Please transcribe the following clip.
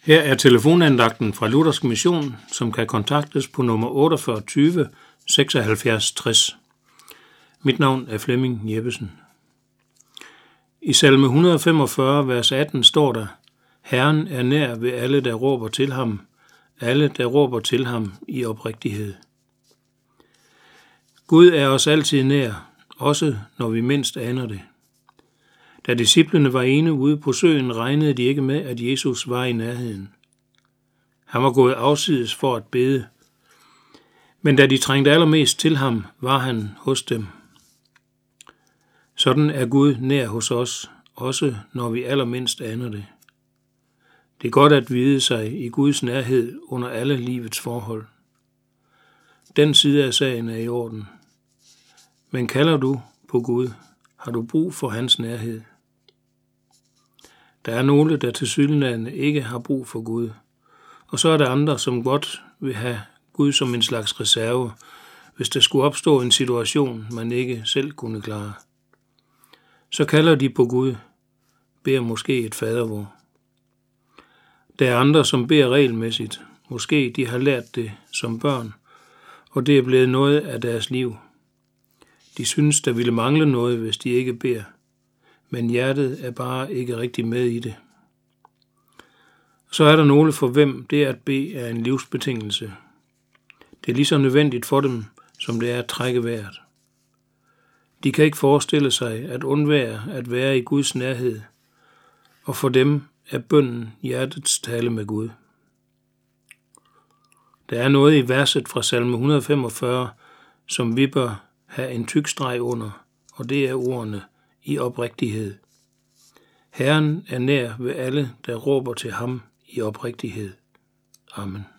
Her er telefonandagten fra Luthersk Mission, som kan kontaktes på nummer 48 20 76 60. Mit navn er Flemming Jeppesen. I salme 145, vers 18 står der: Herren er nær ved alle, der råber til ham, alle, der råber til ham i oprigtighed. Gud er os altid nær, også når vi mindst aner det. Da disciplene var ene ude på søen, regnede de ikke med, at Jesus var i nærheden. Han var gået afsides for at bede. Men da de trængte allermest til ham, var han hos dem. Sådan er Gud nær hos os, også når vi allermindst aner det. Det er godt at vide sig i Guds nærhed under alle livets forhold. Den side af sagen er i orden. Men kalder du på Gud, har du brug for hans nærhed. Der er nogle, der tilsyneladende ikke har brug for Gud, og så er der andre, som godt vil have Gud som en slags reserve, hvis der skulle opstå en situation, man ikke selv kunne klare. Så kalder de på Gud, beder måske et fadervor. Der er andre, som beder regelmæssigt. Måske de har lært det som børn, og det er blevet noget af deres liv. De synes, der ville mangle noget, hvis de ikke beder, men hjertet er bare ikke rigtig med i det. Så er der nogle, for hvem det at bede er en livsbetingelse. Det er lige så nødvendigt for dem, som det er at trække vejret. De kan ikke forestille sig at undvære at være i Guds nærhed, og for dem er bønnen hjertets tale med Gud. Der er noget i verset fra salme 145, som vi bør have en tyk streg under, og det er ordene i oprigtighed. Herren er nær ved alle, der råber til ham i oprigtighed. Amen.